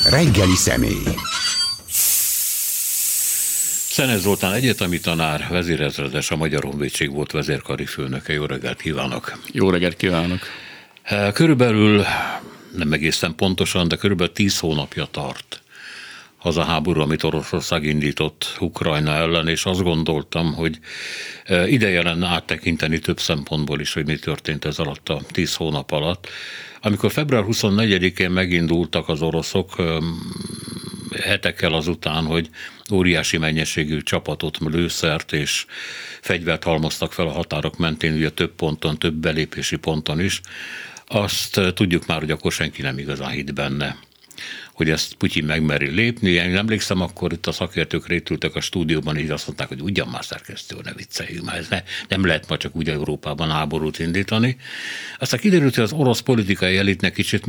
Reggeli személy. Szenez Zoltán egyetemi tanár, vezérezredes, a Magyar Honvédség volt vezérkari főnöke. Jó reggelt kívánok! Jó reggelt kívánok! Körülbelül, nem egészen pontosan, de körülbelül 10 hónapja tart az a háború, amit Oroszország indított Ukrajna ellen, és azt gondoltam, hogy ideje lenne áttekinteni több szempontból is, hogy mi történt ez alatt a 10 hónap alatt. Amikor február 24-én megindultak az oroszok, hetekkel azután, hogy óriási mennyiségű csapatot, lőszert és fegyvert halmoztak fel a határok mentén, ugye több ponton, több belépési ponton is, azt tudjuk már, hogy akkor senki nem igazán hitt benne, hogy ezt Putyin megmeri lépni. Én emlékszem, akkor itt a szakértők rétültek a stúdióban, így azt mondták, hogy ugyan már szerkesztő, ne vicceljünk már, nem lehet ma csak úgy Európában háborút indítani. Aztán kiderült, hogy az orosz politikai elitnek kicsit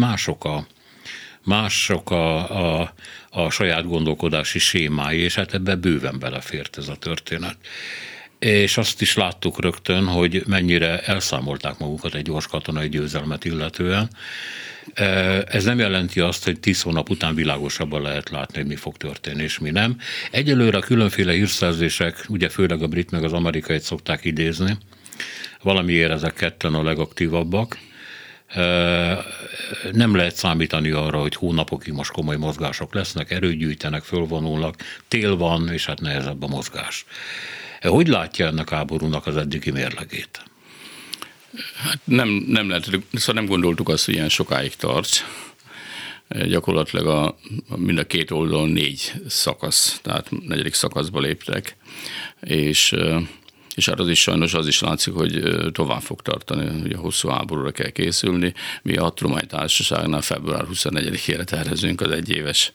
mások a saját gondolkodási sémái, és hát ebbe bőven belefért ez a történet. És azt is láttuk rögtön, hogy mennyire elszámolták magukat egy gyors katonai győzelmet illetően. Ez nem jelenti azt, hogy 10 hónap után világosabban lehet látni, hogy mi fog történni, és mi nem. Egyelőre a különféle hírszerzések, ugye főleg a brit meg az amerikait szokták idézni, valamiért ezek ketten a legaktívabbak. Nem lehet számítani arra, hogy hónapokig most komoly mozgások lesznek, erőt gyűjtenek, fölvonulnak, tél van, és hát nehezebb a mozgás. Hogy látja ennek a háborúnak az eddigi mérlegét? Hát nem lehet, szóval nem gondoltuk azt, hogy ilyen sokáig tart. Gyakorlatilag mind a két oldalon 4 szakasz, tehát 4. szakaszba léptek, és hát az is sajnos az is látszik, hogy tovább fog tartani, hogy a hosszú háborúra kell készülni. Mi a tudománytársaságnál február 24-ére tervezünk az egyéves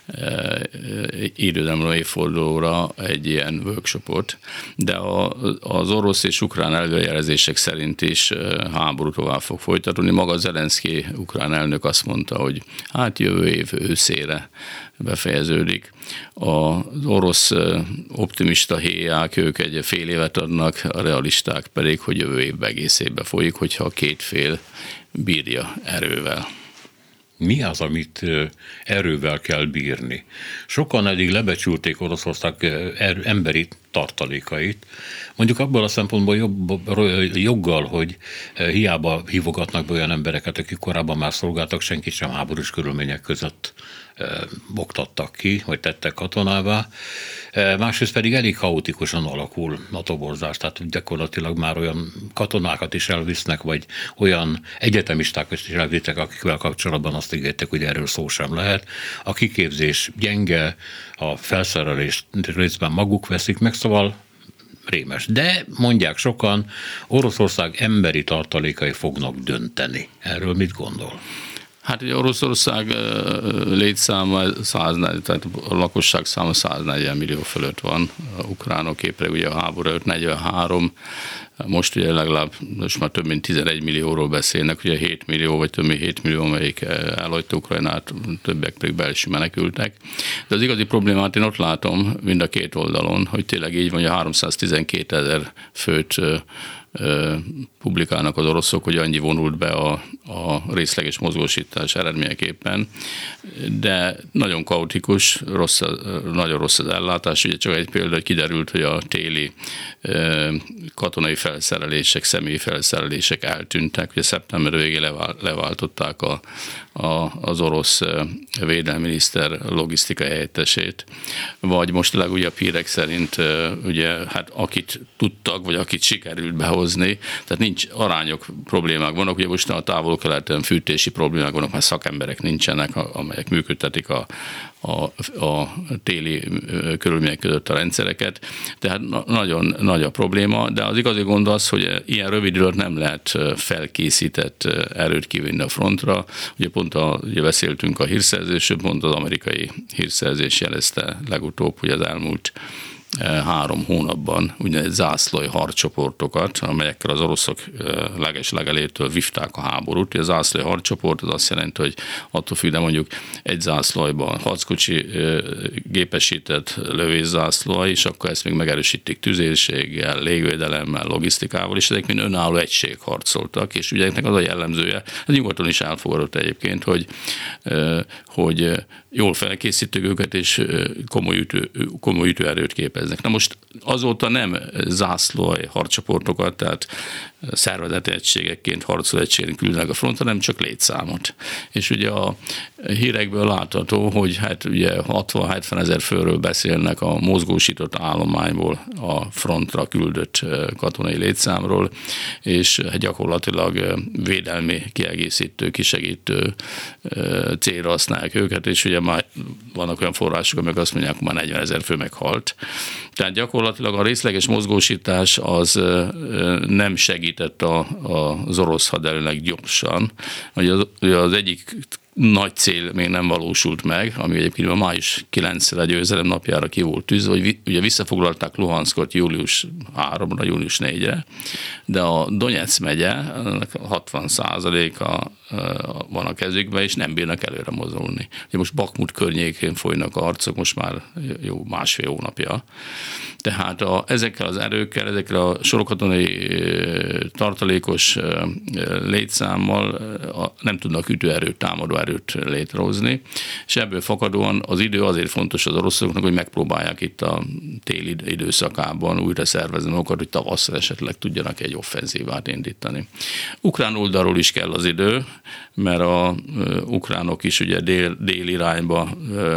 időzemlő évfordulóra egy ilyen workshopot, de az orosz és ukrán előjelzések szerint is háború tovább fog folytatódni. Maga Zelenszky ukrán elnök azt mondta, hogy hát jövő év őszére befejeződik. Az orosz optimista héják, ők egy fél évet adnak, a realisták pedig, hogy jövő évben egész évben folyik, hogyha a két fél bírja erővel. Mi az, amit erővel kell bírni? Sokan eddig lebecsülték Oroszország emberi tartalékait. Mondjuk abból a szempontból joggal, hogy hiába hívogatnak be olyan embereket, akik korábban már szolgáltak, senki sem háborús körülmények között oktattak ki, vagy tettek katonává. Másrészt pedig elég kaotikusan alakul a toborzás, tehát gyakorlatilag már olyan katonákat is elvisznek, vagy olyan egyetemistákat is elvittek, akikvel kapcsolatban azt ígértek, hogy erről szó sem lehet. A kiképzés gyenge, a felszerelést részben maguk veszik meg, szóval rémes. De mondják sokan, Oroszország emberi tartalékai fognak dönteni. Erről mit gondol? Hát ugye Oroszország létszáma 140, tehát a lakosság száma 140 millió fölött van, a ukránok pedig ugye a háború előtt 43, most ugye legalább most már több mint 11 millióról beszélnek, ugye 7 millió vagy több mint 7 millió, amelyik elhagyta Ukrajnát, többek pedig belső menekültek. De az igazi problémát én ott látom mind a két oldalon, hogy tényleg így van, hogy 312 000 főt publikálnak az oroszok, hogy annyi vonult be a részleges mozgósítás eredményeképpen, de nagyon kaotikus, nagyon rossz az ellátás. Ugye csak egy példa, hogy kiderült, hogy a téli katonai felszerelések, személyi felszerelések eltűntek. Ugye szeptember végén leváltották az orosz védelmi miniszter logisztikai helyettesét, vagy most a legújabb hírek szerint ugye, hát akit tudtak, vagy akit sikerült behozni, tehát nincs arányok, problémák vannak, ugye most a távol-keleten fűtési problémák vannak, mert szakemberek nincsenek, amelyek működtetik a téli körülmények között a rendszereket, tehát nagyon nagy a probléma, de az igazi gond az, hogy ilyen rövid időt nem lehet felkészített erőt kivinni a frontra. Ugye pont ugye beszéltünk a hírszerzésről, pont az amerikai hírszerzés jelezte legutóbb, hogy az elmúlt 3 hónapban úgynevezett zászlói harccsoportokat, amelyekkel az oroszok legelejétől vívták a háborút. A zászlói harccsoport az azt jelenti, hogy attól függ, de mondjuk egy zászlóiban harckocsi gépesített lövészzászló, és akkor ezt még megerősítik tüzérséggel, légvédelemmel, logisztikával, és ezek mind önálló egység harcoltak, és ugye ennek az a jellemzője, ez nyugaton is elfogadott egyébként, hogy jól felkészítők őket, és komoly ütőerőt képeznek. Na most azóta nem zászlói harccsoportokat, tehát szervezeti egységekként, harcoló egységként küldenek a fronton, hanem csak létszámot. És ugye a hírekből látható, hogy hát ugye 60-70 ezer főről beszélnek a mozgósított állományból a frontra küldött katonai létszámról, és gyakorlatilag védelmi kiegészítő, kisegítő célra használják őket, és ugye már vannak olyan források, amik azt mondják, hogy már 40 ezer fő meghalt. Tehát gyakorlatilag a részleges mozgósítás az nem segített az orosz haderőnek gyorsan. Az egyik nagy cél még nem valósult meg, ami egyébként a május 9-re győzelem napjára ki volt tűzve, hogy ugye visszafoglalták Luhanszkot július 3-ra, július 4-re, de a Donetsz megye 60%-a van a kezükben, és nem bírnak előre mozulni. Ugye most Bakmut környékén folynak a harcok, most már jó másfél hónapja. Tehát ezekkel az erőkkel, ezekkel a sorokkatonai tartalékos létszámmal nem tudnak ütőerőt, támadó erőt létrehozni, és ebből fakadóan az idő azért fontos az oroszoknak, hogy megpróbálják itt a téli időszakában újra szervezni magukat, hogy tavasszal esetleg tudjanak egy offenzívát indítani. Ukrán oldalról is kell az idő, mert a ukránok is ugye dél irányba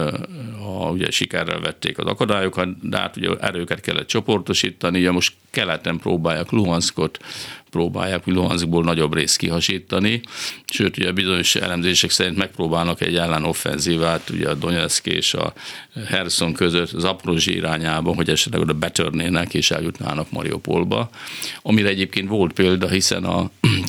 ugye sikerrel vették az akadályokat, de hát ugye erőket kellett csoportosítani, ugye most keleten próbálják Luhanszkot, Luhanszkból nagyobb részt kihasítani, sőt, ugye bizonyos elemzések szerint megpróbálnak egy ellenoffenzívát, ugye a Donetszk és a Herson között, Zaporozsja irányában, hogy esetleg oda betörnének és eljutnának Mariupolba, amire egyébként volt példa, hiszen a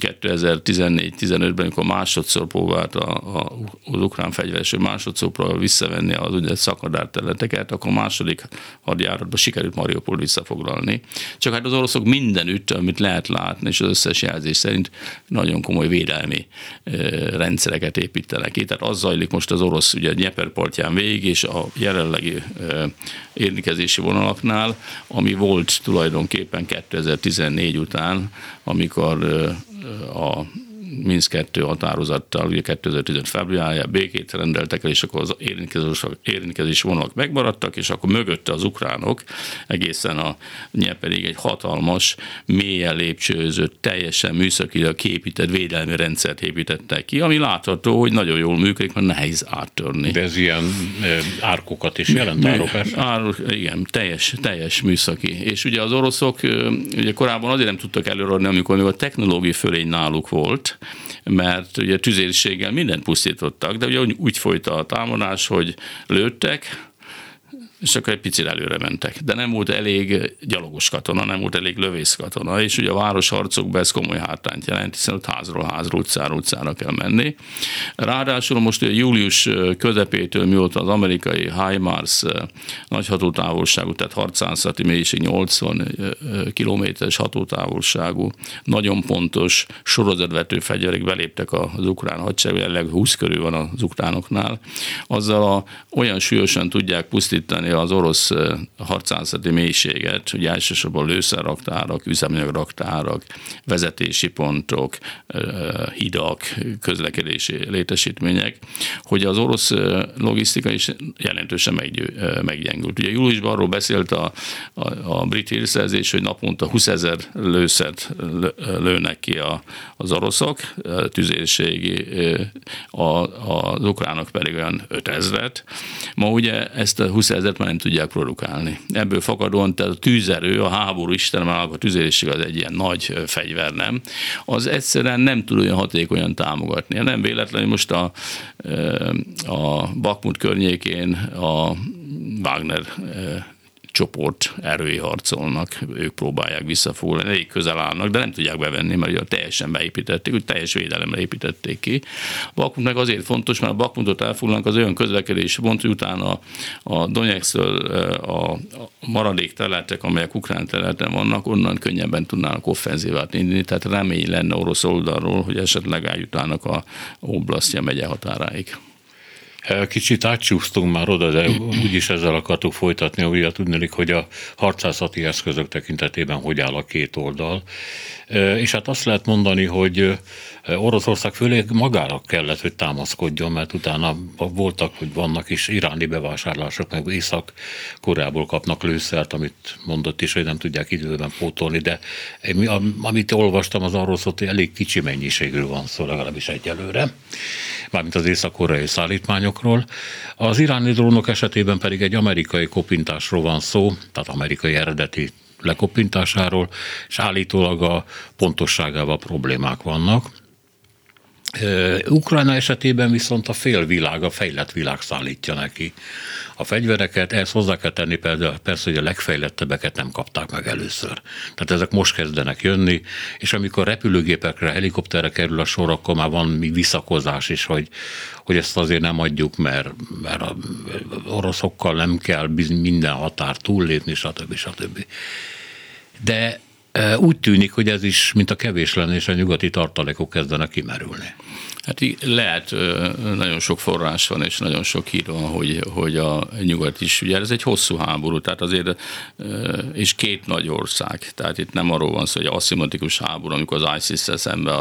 2014-15-ben, amikor másodszor próbált az ukrán fegyvereső másodszor próbál visszavenni az úgynevezett szakadár területeket, akkor a második hadjáratban sikerült Mariupolt visszafoglalni. Csak hát az oroszok mindenütt, amit lehet látni, és az összes jelzés szerint nagyon komoly védelmi rendszereket építenek ki. Tehát az zajlik most az orosz ugye Dnyeper partján végig, és a jelenlegi érintkezési vonalaknál, ami volt tulajdonképpen 2014 után, amikor a Minszk 2 határozattal, ugye 2015 februárjában békét rendeltek el, és akkor az érintkezési vonalak megmaradtak, és akkor mögötte az ukránok egészen a Dnyeperig egy hatalmas, mélyen lépcsőzött, teljesen műszakilag kiépített védelmi rendszert építettek ki, ami látható, hogy nagyon jól működik, mert nehéz áttörni. De ez ilyen árkokat is jelent? Igen, teljes műszaki. És ugye az oroszok ugye korábban azért nem tudtak előadni, amikor még a technológiai fölény náluk volt, mert ugye tüzérséggel mindent pusztítottak, de ugye úgy folyt a támadás, hogy lőttek, és akkor egy picit előre mentek. De nem volt elég gyalogos katona, nem volt elég lövész katona, és ugye a városharcokban ez komoly hátrányt jelent, hiszen ott házról házra, utcára utcára kell menni. Ráadásul most ugye július közepétől, mióta az amerikai HIMARS nagy hatótávolságú, tehát harcászati mélység 80 kilométeres hatótávolságú, nagyon pontos sorozatvető fegyverek beléptek az ukrán hadsereg, jelenleg 20 körül van az ukránoknál, azzal olyan súlyosan tudják pusztítani az orosz harcászati mélységet, hogy elsősorban lőszerraktárak, üzemanyagraktárak, vezetési pontok, hidak, közlekedési létesítmények, hogy az orosz logisztika is jelentősen meggyengült. Ugye júliusban arról beszélt a brit hírszerzés, hogy naponta 20 000 lőszert lőnek ki az oroszok, tüzérségi, az ukránok pedig olyan 5 000. Ma ugye ezt a 20 000 már nem tudják produkálni. Ebből fakadóan, tehát a tűzerő, a háború istene, már a tüzérség az egy ilyen nagy fegyver, nem? Az egyszerűen nem tud olyan hatékonyan támogatni. Nem véletlenül most a Bakmut környékén a Wagner csoport erői harcolnak, ők próbálják visszafoglalni, elég közel állnak, de nem tudják bevenni, mert ugye teljesen beépítették, úgy teljes védelemre építették ki. Bakhmut meg azért fontos, mert a Bakhmutot elfoglalnak, az olyan közlekedési pont, hogy utána a Donetsztől a maradék területek, amelyek ukrán területen vannak, onnan könnyebben tudnának offenzívát indítani, tehát remény lenne orosz oldalról, hogy esetleg eljutnának a oblasztja megye határáig. Kicsit átcsúsztunk már oda, de úgyis ezzel akartuk folytatni, ugye tudnélik, hogy a harcászati eszközök tekintetében hogy áll a két oldal. És hát azt lehet mondani, hogy Oroszország főleg magára kellett, hogy támaszkodjon, mert utána voltak, hogy vannak is iráni bevásárlások, meg Észak-Koreából kapnak lőszert, amit mondott is, hogy nem tudják időben pótolni, de amit olvastam, az arról szólt, hogy elég kicsi mennyiségről van szó, legalábbis egyelőre, mármint az észak-koreai szállítmányokról. Az iráni drónok esetében pedig egy amerikai kopintásról van szó, tehát amerikai eredeti lekopintásáról, és állítólag a pontosságával problémák vannak. Ukrajna esetében viszont a félvilág, a fejlett világ szállítja neki a fegyvereket, ehhez hozzá kell tenni persze, hogy a legfejlettebbeket nem kapták meg először. Tehát ezek most kezdenek jönni, és amikor repülőgépekre, helikopterre kerül a sor, akkor már van még visszakozás is, hogy ezt azért nem adjuk, mert az oroszokkal nem kell minden határ túllépni, stb. De úgy tűnik, hogy ez is, mint a kevés lenne, és a nyugati tartalékok kezdenek kimerülni. Hát lehet, nagyon sok forrás van, és nagyon sok hír van, hogy a nyugat is, ugye ez egy hosszú háború, tehát azért, és két nagy ország, tehát itt nem arról van szó, hogy aszimmetrikus háború, amikor az ISIS-szel szemben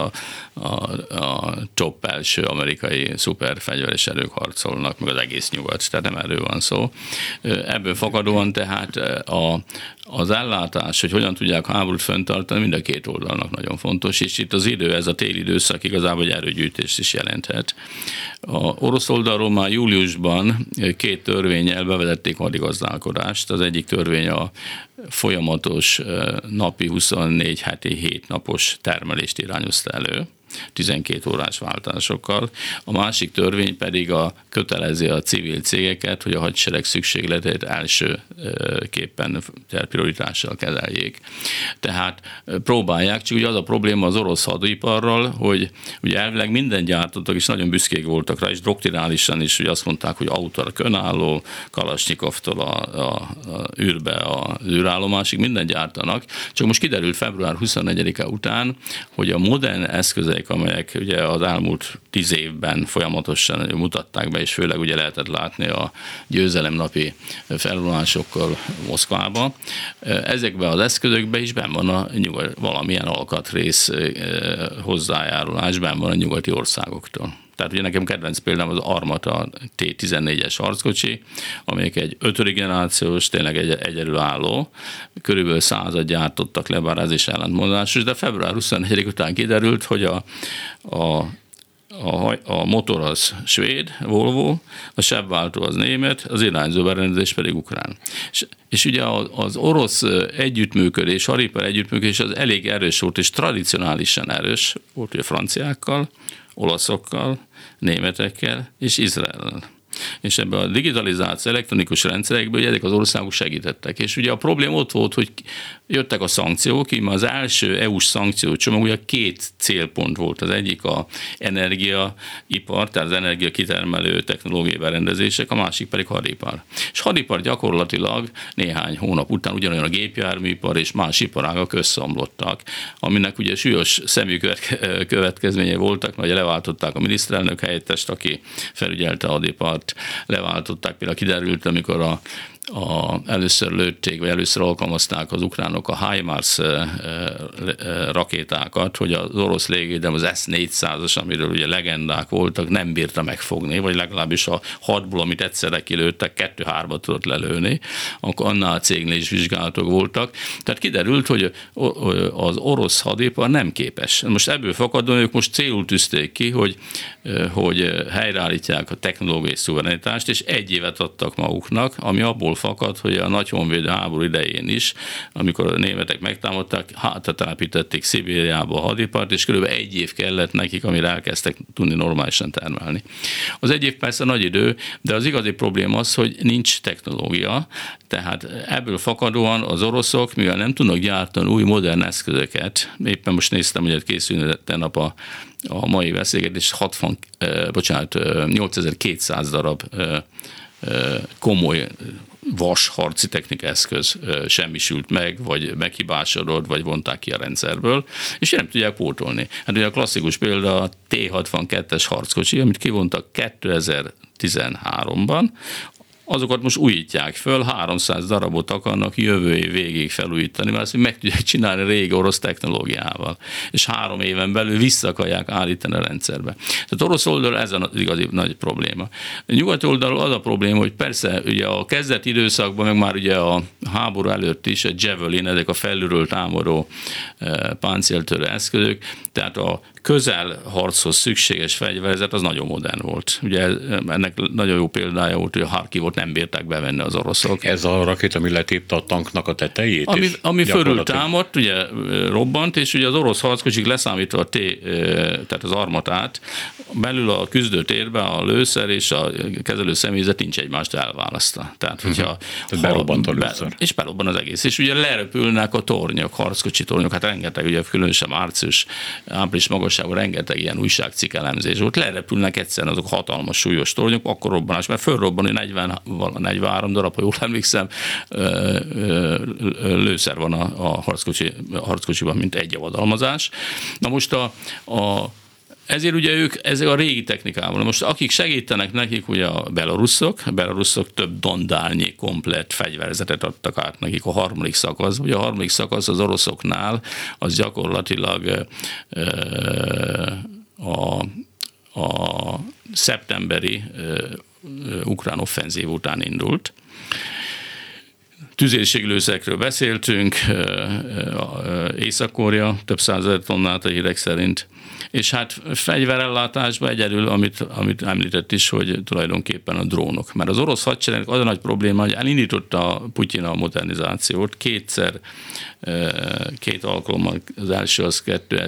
a top első amerikai szuperfegyveres erők harcolnak, meg az egész nyugat, tehát nem erről van szó. Ebből fakadóan tehát az ellátás, hogy hogyan tudják a háborút fenntartani, mind a két oldalnak nagyon fontos, és itt az idő, ez a téli időszak igazából egy erőgyűjtést is jelenthet. A orosz oldalról már júliusban két törvénnyel bevezették hadigazdálkodást. Az egyik törvény a folyamatos napi 24 heti 7 napos termelést irányozta elő, 12 órás váltásokkal. A másik törvény pedig kötelezi a civil cégeket, hogy a hadsereg szükségletét elsőképpen prioritással kezeljék. Tehát próbálják, csak ugye az a probléma az orosz hadiparral, hogy ugye elvileg minden gyártottak, és nagyon büszkék voltak rá, és doktrinálisan is ugye azt mondták, hogy autóra önálló, Kalasnyikovtól a űrbe, az űrállomásig minden gyártanak. Csak most kiderült február 24-e után, hogy a modern eszközek, amelyek ugye az elmúlt 10 évben folyamatosan mutatták be, és főleg ugye lehetett látni a győzelemnapi felvonulásokkal Moszkvába. Ezekben az eszközökben is benn van valamilyen alkatrész hozzájárulás, benn van a nyugati országoktól. Tehát ugye nekem kedvenc példám az Armata T-14-es harckocsi, amelyik egy 5. generációs, tényleg egyedülálló, körülbelül 100-at gyártottak le, bár ez is ellentmondásos, de február 24 után kiderült, hogy a motor az svéd, Volvo, a sebváltó az német, az irányzó berendezés pedig ukrán. És ugye az orosz együttműködés, hadipar együttműködés az elég erős volt, és tradicionálisan erős volt ugye franciákkal, olaszokkal, németekkel és Izraellel. És ebben a digitalizáció, elektronikus rendszerekből ugye ezek az országok segítettek. És ugye a probléma ott volt, hogy jöttek a szankciók, így az első EU-s szankciócsomag ugye 2 célpont volt. Az egyik a energiaipar, tehát az energiakitermelő technológiai berendezések, a másik pedig hadipar. És hadipar gyakorlatilag néhány hónap után ugyanolyan a gépjárműipar és más iparágak összeomlottak, aminek ugye súlyos szemű következményei voltak, mert leváltották a miniszterelnök helyettest, aki felügyelte a hadipart, leváltották, például kiderült, amikor először lőtték, vagy először alkalmazták az ukránok a HIMARS rakétákat, hogy az orosz légvédelem az S-400-as, amiről ugye legendák voltak, nem bírta megfogni, vagy legalábbis a 6-ból, amit egyszerre kilőttek, 2-3-at tudott lelőni, akkor annál a cégnél is vizsgálatok voltak. Tehát kiderült, hogy az orosz hadipar nem képes. Most ebből fakadóan ők most célul tűzték ki, hogy helyreállítják a technológiai szuverenitást, és 1 évet adtak maguknak, ami abból abból fakad, hogy a nagy honvédő háború idején is, amikor a németek megtámadták, telepítették Szibériába a hadipart, és kb. 1 év kellett nekik, amire elkezdtek tudni normálisan termelni. Az 1 év persze nagy idő, de az igazi probléma az, hogy nincs technológia, tehát ebből fakadóan az oroszok, mivel nem tudnak gyártani új modern eszközöket, éppen most néztem, hogy készülne tegnap a mai beszélgetés, 8200 darab komoly vas harci technika eszköz semmisült meg, vagy meghibásodott, vagy vonták ki a rendszerből, és nem tudják pótolni. Hát ugye a klasszikus példa a T-62-es harckocsi, amit kivontak 2013-ban, azokat most újítják föl, 300 darabot akarnak jövő év végéig felújítani, mert azt meg tudják csinálni régi orosz technológiával, és 3 éven belül vissza akarják állítani a rendszerbe. Tehát orosz oldalon ez az igazi nagy probléma. A nyugati oldalon az a probléma, hogy persze ugye a kezdeti időszakban, meg már ugye a háború előtt is a Javelin, ezek a felülről támadó páncéltörő eszközök, tehát a közelharchoz szükséges fegyverzet az nagyon modern volt. Ugye ennek nagyon jó példája volt, hogy a Harkivot nem bírták bevenni az oroszok. Ez a rakéta, ami letépte a tanknak a tetejét? Ami fölül támadt, ugye robbant, és ugye az orosz harckocsik leszámítva tehát az armatát, belül a küzdőtérben a lőszer és a kezelő személyzet nincs egymást elválasztva. Tehát, hogyha berobbant a lőszer. És berobban az egész. És ugye lerepülnek a tornyok, harckocsi tornyok, hát rengeteg, ugye különösen április magasságban rengeteg ilyen újságcikk elemzés volt. Lerepülnek egyszerűen azok hatalmas súlyos tornyok, akkor robbanás, mert fölrobban, hogy 43 darab, ha jól emlékszem, lőszer van a harckocsiban, mint egy javadalmazás. Na most ezért ugye ezek a régi technikával. Most akik segítenek nekik, ugye a belaruszok több dandárnyi komplett fegyverzetet adtak át nekik a 3. szakasz. Ugye a 3. szakasz az oroszoknál az gyakorlatilag a szeptemberi ukrán offenzív után indult. Tüzérségi lőszerekről beszéltünk, Észak-Korea több 100 000 tonnát a hírek szerint, és hát fegyverellátásban egyedül, amit említett is, hogy tulajdonképpen a drónok. Mert az orosz hadseregnek az a nagy probléma, hogy elindította Putyin a modernizációt, 2 alkalommal, az első az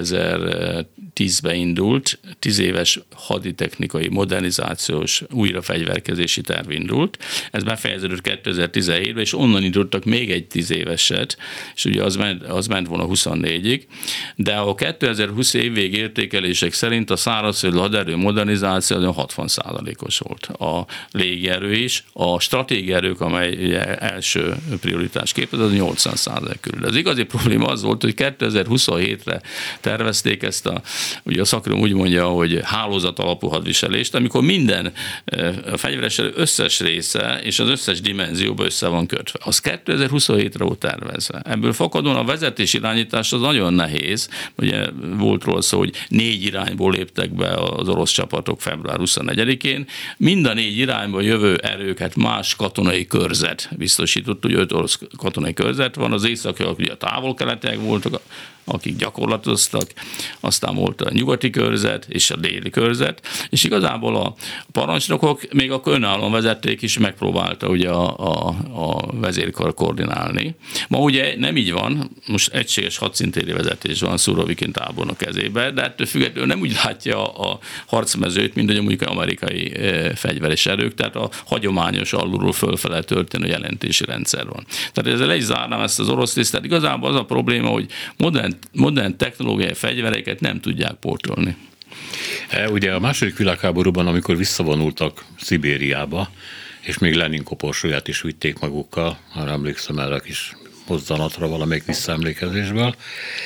2010-ben indult, 10 éves haditechnikai modernizációs újrafegyverkezési terv indult. Ez befejeződött 2017-ben, és onnan indítottak még egy 10 éveset, és ugye az ment volna 24-ig, de a 2020 évvég értékelések szerint a szárazföldi haderő modernizáció az 60%-os volt. A légierő is, a stratégiai erők, amely első prioritás képez, az 80% körül. Az igazi probléma az volt, hogy 2027-re tervezték ezt ugye a szakrom úgy mondja, hogy hálózat alapú hadviselést, amikor minden a fegyveres összes része és az összes dimenzióba össze van kötve. Az 2027-re volt tervezve. Ebből fakadóan a vezetés irányítás az nagyon nehéz. Ugye volt róla szó, hogy 4 irányból léptek be az orosz csapatok február 24-én. Mind a 4 irányból jövő erőket más katonai körzet biztosított, ugye 5 orosz katonai körzet van, az északiak ugye a távol-keletiek voltak, akik gyakorlatoztak, aztán volt a nyugati körzet és a déli körzet, és igazából a parancsnokok még akkor önállóan vezették is, megpróbálta ugye a vezérkar koordinálni. Ma ugye nem így van, most egységes hadszintéri vezetés van Szurovikin tábornok kezébe, de ettől függetlenül nem úgy látja a harcmezőt, mint hogy mondjuk amerikai fegyveres erők, tehát a hagyományos alulról fölfele történő jelentési rendszer van. Tehát ezzel le is zárnám ezt az orosz részt, tehát igazából az a probléma, hogy modern technológiai fegyvereket nem tudják pótolni. Ugye a második világháborúban, amikor visszavonultak Szibériába, és még Lenin koporsóját is vitték magukkal, már emlékszem erre a kis mozzanatra valamelyik visszaemlékezésből,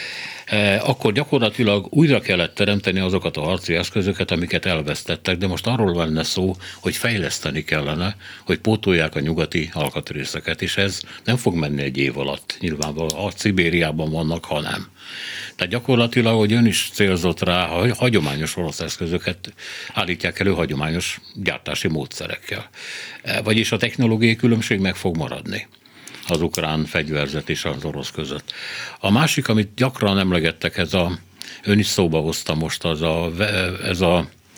akkor gyakorlatilag újra kellett teremteni azokat a harci eszközöket, amiket elvesztettek, de most arról lenne szó, hogy fejleszteni kellene, hogy pótolják a nyugati alkatrészeket, és ez nem fog menni egy év alatt. Nyilvánvalóan a Szibériában vannak, ha nem. Tehát gyakorlatilag, hogy ön is célzott rá, hogy hagyományos orosz eszközöket állítják elő hagyományos gyártási módszerekkel. Vagyis a technológiai különbség meg fog maradni az ukrán fegyverzet és az orosz között. A másik, amit gyakran emlegettek, ön is szóba hozta most, ez a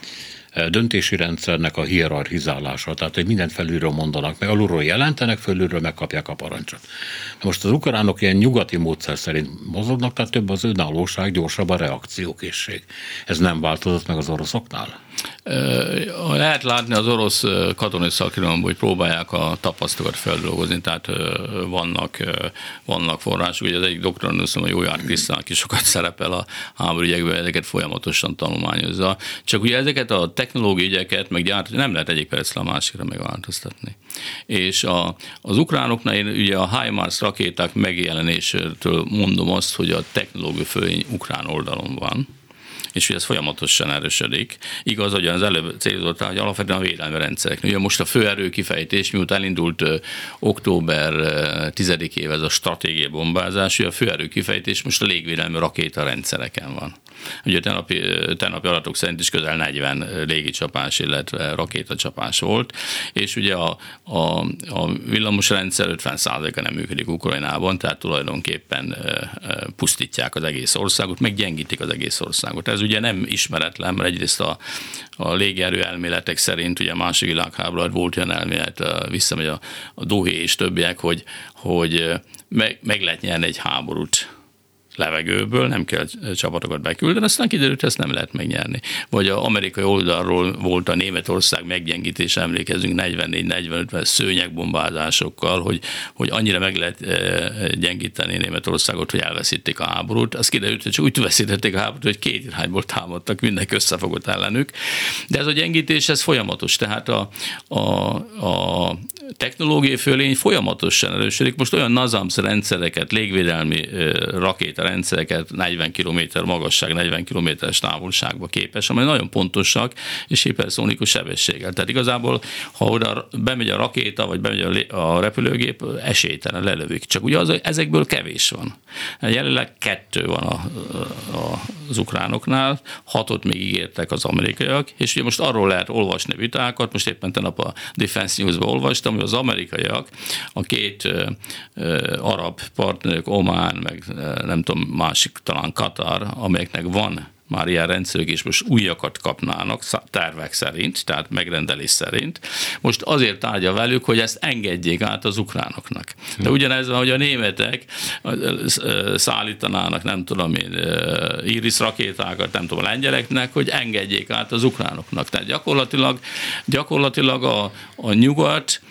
döntési rendszernek a hierarchizálása, tehát hogy mindent felülről mondanak, meg alulról jelentenek, felülről megkapják a parancsot. Most az ukránok ilyen nyugati módszer szerint mozognak, tehát több az önállóság, gyorsabb a reakciókészség. Ez nem változott meg az oroszoknál? Lehet látni az orosz katonai szakirodalomban, hogy próbálják a tapasztalatokat feldolgozni, tehát vannak források, ugye az egyik doktorandusz, a Jójár Krisztán, aki sokat szerepel a háborúügyekben, ezeket folyamatosan tanulmányozza. Csak ugye ezeket a technológiai ügyeket meg nem lehet egyik percre a másikra megváltoztatni. És az ukránoknál én ugye a HIMARS rakéták megjelenésétől mondom azt, hogy a technológia fölény ukrán oldalon van, és hogy ez folyamatosan erősödik. Igaz, hogy az előbb célzott, hogy alapvetően a védelmi rendszerek. Ugye most a főerő kifejtés, miután elindult október 10-ével ez a stratégiai bombázás, ugye a főerő kifejtés most a légvédelmi rakétarendszereken van. Ugye tegnapi adatok szerint is közel 40 légicsapás, illetve rakétacsapás volt, és ugye a villamosrendszer 50%-a nem működik Ukrajnában, tehát tulajdonképpen pusztítják az egész országot, meggyengítik az egész országot. Ez ugye nem ismeretlen, mert egyrészt a légierő elméletek szerint, ugye a második világháború volt olyan elmélet, visszamegy a Duhé és többiek, hogy meg lehet nyerni egy háborút levegőből, nem kell csapatokat beküldeni, aztán kiderült, hogy ezt nem lehet megnyerni. Vagy az amerikai oldalról volt a Németország meggyengítés, emlékezünk 44-45 szőnyegbombázásokkal, hogy annyira meg lehet gyengíteni Németországot, hogy elveszítik a háborút. Az kiderült, hogy csak úgy veszítették a háborút, hogy két irányból támadtak, mindenki összefogott ellenük. De ez a gyengítés, ez folyamatos. Tehát a technológiai fölény folyamatosan erősödik. Most olyan NASAMS rendszereket, légvédelmi rakétarendszereket 40 km magasság, 40 km-es távolságba képes, amely nagyon pontosak és hiperszonikus sebességgel. Tehát igazából, ha oda bemegy a rakéta, vagy bemegy a repülőgép, esélytelen lelövik. Csak ugye ezekből kevés van. Jelenleg 2 van az ukránoknál, 6-ot még ígértek az amerikaiak, és ugye most arról lehet olvasni vitákat, most éppen tegnap a Defense News-ban olvastam, hogy az amerikaiak, a 2 arab partnerök, Omán, meg nem tudom, másik talán Katar, amelyeknek van már ilyen rendszerük, és most újakat kapnának tervek szerint, tehát megrendelés szerint. Most azért tárgya velük, hogy ezt engedjék át az ukránoknak. De ugyanez, hogy a németek szállítanának, nem tudom én, Iris rakétákat, nem tudom, a lengyeleknek, hogy engedjék át az ukránoknak. Tehát gyakorlatilag a nyugat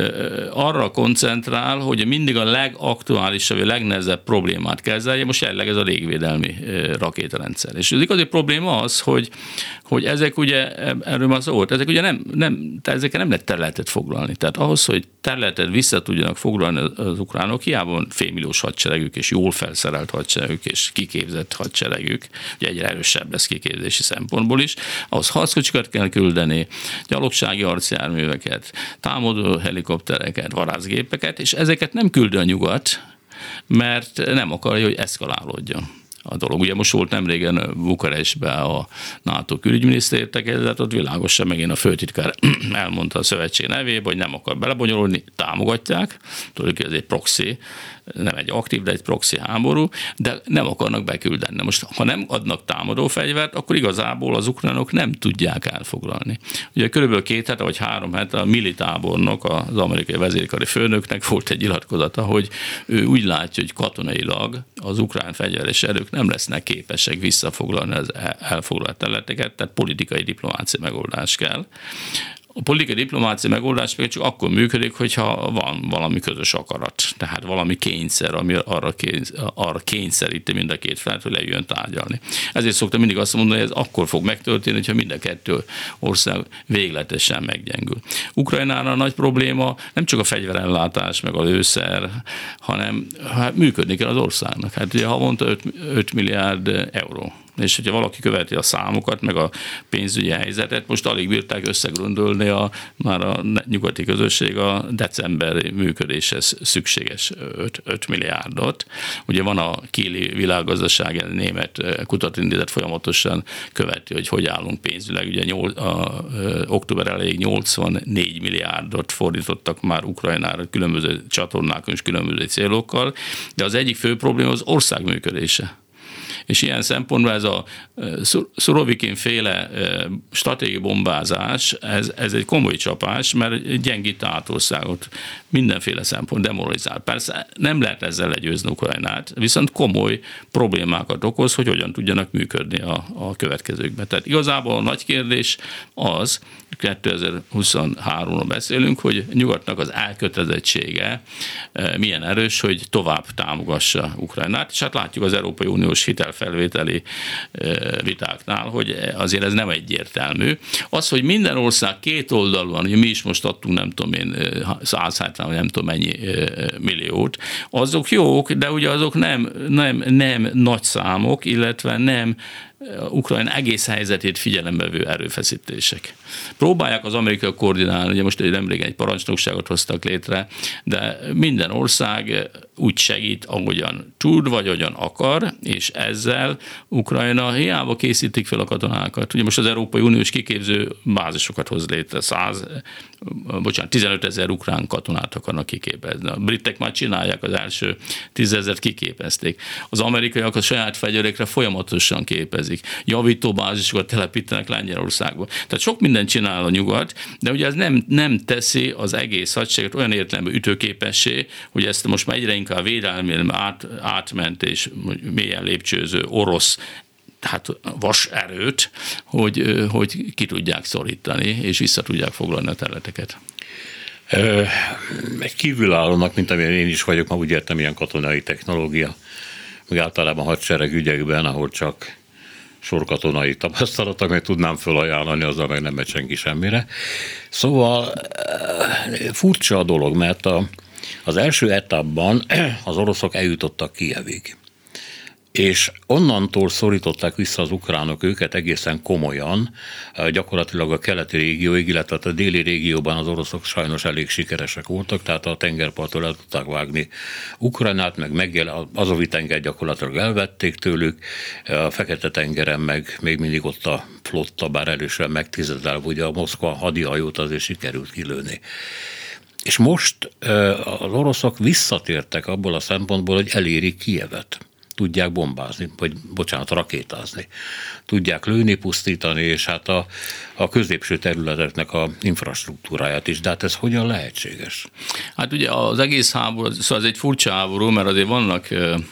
arra koncentrál, hogy mindig a legaktuálisabb, a legnehezebb problémát kezelje, most jelenleg ez a légvédelmi rakétarendszer. És az igazi probléma az, hogy ezek ugye, erről már szó volt, ezek ugye ezekkel nem lehet területet foglalni. Tehát ahhoz, hogy területet vissza tudjanak foglalni az ukránok, hiába van félmilliós hadseregük, és jól felszerelt hadseregük, és kiképzett hadseregük, ugye egyre erősebb lesz kiképzési szempontból is, ahhoz harckocsikat kell küldeni, gyalogsági harcjárműveket, támadó helikoptereket, vadászgépeket, és ezeket nem küldi a nyugat, mert nem akarja, hogy eszkalálódjon a dolog. Ugye most volt nemrégen Bukarestben a NATO külügyminiszter értekezlet, ott világosan megint a főtitkár elmondta a szövetség nevében, hogy nem akar belebonyolulni, támogatják, tudjuk, hogy ez egy proxy, nem egy aktív, de egy proxy háború, de nem akarnak beküldeni. Most, ha nem adnak támadó fegyvert, akkor igazából az ukránok nem tudják elfoglalni. Ugye körülbelül 2 hete vagy 3 hete a militábornok, az amerikai vezérkari főnöknek volt egy nyilatkozata, hogy ő úgy látja, hogy katonailag az ukrán fegyveres erők nem lesznek képesek visszafoglalni az elfoglalt területeket, tehát politikai diplomáciai megoldás kell. A politikai diplomáciai megoldás pedig csak akkor működik, hogyha van valami közös akarat, tehát valami kényszer, ami arra kényszeríti mind a két felet, hogy lejöjjön tárgyalni. Ezért szoktam mindig azt mondani, hogy ez akkor fog megtörténni, hogyha mind a 2 ország végletesen meggyengül. Ukrajnánál a nagy probléma nem csak a fegyverellátás, meg a lőszer, hanem működni kell az országnak. Hát ugye havonta 5 milliárd euró. És hogyha valaki követi a számokat, meg a pénzügyi helyzetet, most alig bírták összegrondolni már a nyugati közösség a decemberi működéshez szükséges 5 milliárdot. Ugye van a Kieli világgazdasági német kutatóintézet folyamatosan követi, hogy állunk pénzüleg. Ugye október elejéig 84 milliárdot fordítottak már Ukrajnára különböző csatornákon és különböző célokkal, de az egyik fő probléma az ország működése. És ilyen szempontból ez a Szurovikin féle stratégiai bombázás, ez egy komoly csapás, mert gyengít át országot mindenféle szempont, demoralizál. Persze nem lehet ezzel legyőzni Ukrajnát, viszont komoly problémákat okoz, hogy hogyan tudjanak működni a következőkben. Tehát igazából a nagy kérdés az, 2023-ról beszélünk, hogy nyugatnak az elkötelezettsége milyen erős, hogy tovább támogassa Ukrajnát, és hát látjuk az Európai Uniós hitelfelvételi vitáknál, hogy azért ez nem egyértelmű. Az, hogy minden ország kétoldalúan, hogy mi is most adtunk nem tudom én 170 nem tudom mennyi milliót, azok jók, de ugye azok nem nagy számok, illetve nem Ukrajna egész helyzetét figyelembe vevő erőfeszítések. Próbálják az amerikai koordinálni, ugye most nemrég egy parancsnokságot hoztak létre, de minden ország úgy segít, ahogyan tud, vagy ahogyan akar, és ezzel Ukrajna hiába készítik fel a katonákat. Ugye most az Európai Uniós kiképző bázisokat hoz létre, 15 000 ukrán katonát akarnak kiképezni. A britek már csinálják, az első 10 000-et kiképezték. Az amerikaiak a saját fegyverekre folyamatosan képezik. Javító bázisokat telepítenek Lengyelországba. Tehát sok mindent csinál a nyugat, de ugye ez nem teszi az egész hadsereget olyan értelemben ütőképessé, hogy ezt most már egyre inkább védelmi átment és mélyen lépcsőző orosz vaserőt, hogy ki tudják szorítani, és vissza tudják foglalni a területeket. Egy kívülállónak, mint amilyen én is vagyok, ma úgy értem, ilyen katonai technológia, meg általában hadsereg ügyekben, ahol csak sorkatonai tapasztalatok, meg tudnám felajánlani, azzal meg nem megy senki semmire. Szóval furcsa a dolog, mert az első etapban az oroszok eljutottak Kijevig. És onnantól szorították vissza az ukránok őket egészen komolyan, gyakorlatilag a keleti régióig, illetve a déli régióban az oroszok sajnos elég sikeresek voltak, tehát a tengerparttól el tudták vágni Ukrajnát, meg Azovi-tenger gyakorlatilag elvették tőlük, a Fekete-tengeren meg még mindig ott a flotta, bár erősen megtizedelve, ugye a Moszkva hadihajót azért sikerült kilőni. És most az oroszok visszatértek abból a szempontból, hogy elérik Kijevet. Tudják bombázni, vagy rakétázni. Tudják lőni, pusztítani, és hát a középső területeknek a infrastruktúráját is. De hát ez hogyan lehetséges? Hát ugye az egész háború, szóval ez egy furcsa háború, mert azért vannak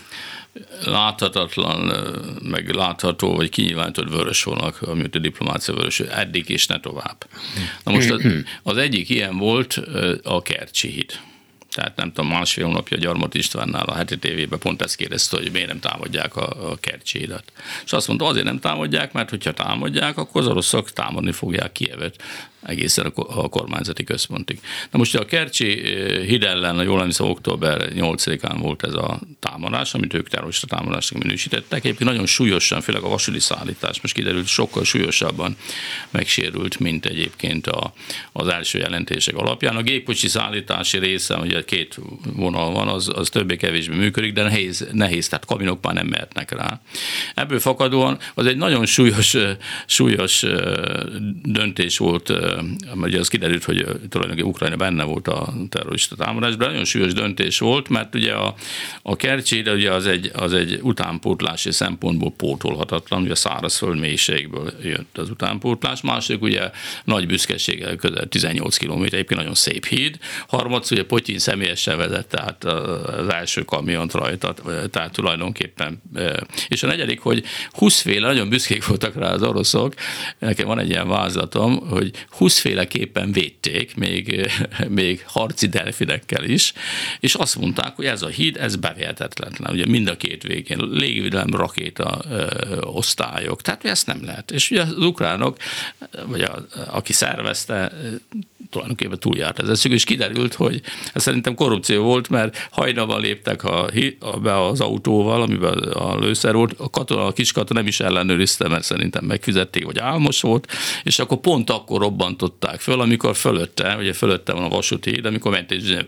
láthatatlan, meg látható, vagy kinyilvánított vörösvonalak, amit a diplomácia vörös, eddig és ne tovább. Na most az egyik ilyen volt a Kercsi híd. Tehát nem tudom, másfél hónapja Gyarmat Istvánnál a Heti TV-ben pont ezt kérdezte, hogy miért nem támadják a Kercsi hidat. És azt mondta, azért nem támadják, mert hogyha támadják, akkor az oroszok támadni fogják Kijevet egészen a kormányzati központig. Na most a Kercsi híd ellen, jól emlékszem, október 8-án volt ez a támadás, amit ők terrorista támadásnak minősítettek. Egyébként nagyon súlyosan, főleg a vasúti szállítás most kiderült, sokkal súlyosabban megsérült, mint egyébként az első jelentések alapján. A gépkocsi szállítási része, ugye két vonal van, az többé-kevésbé működik, de nehéz, tehát kabinok már nem mehetnek rá. Ebből fakadóan az egy nagyon súlyos döntés volt, ugye az kiderült, hogy tulajdonképpen Ukrajna benne volt a terrorista támadásban, nagyon súlyos döntés volt, mert ugye a Kercsi, de ugye az egy utánpótlási szempontból pótolhatatlan, ugye a szárazföld mélységből jött az utánpótlás, másik ugye nagy büszkeséggel közel 18 km, egyébként nagyon szép híd, harmadszor ugye Potyin személyesen vezet, tehát az első kamiont rajta, tehát tulajdonképpen, és a negyedik, hogy 20 féle, nagyon büszkék voltak rá az oroszok, nekem van egy ilyen vázlatom, hogy 20 féleképpen védték, még harci delfinekkel is, és azt mondták, hogy ez a híd, ez bevehetetlen. Ugye mind a két végén légvédelem, rakéta osztályok, tehát ezt nem lehet. És ugye az ukránok, vagy aki szervezte, tulajdonképpen túljárt ez. És kiderült, hogy ez szerintem korrupció volt, mert hajnalban léptek be az autóval, amiben a lőszer volt, a kiskatona nem is ellenőrizte, mert szerintem megfizették, vagy álmos volt, és akkor pont akkor robbantották föl, amikor fölötte van a vasúti híd, amikor ment egy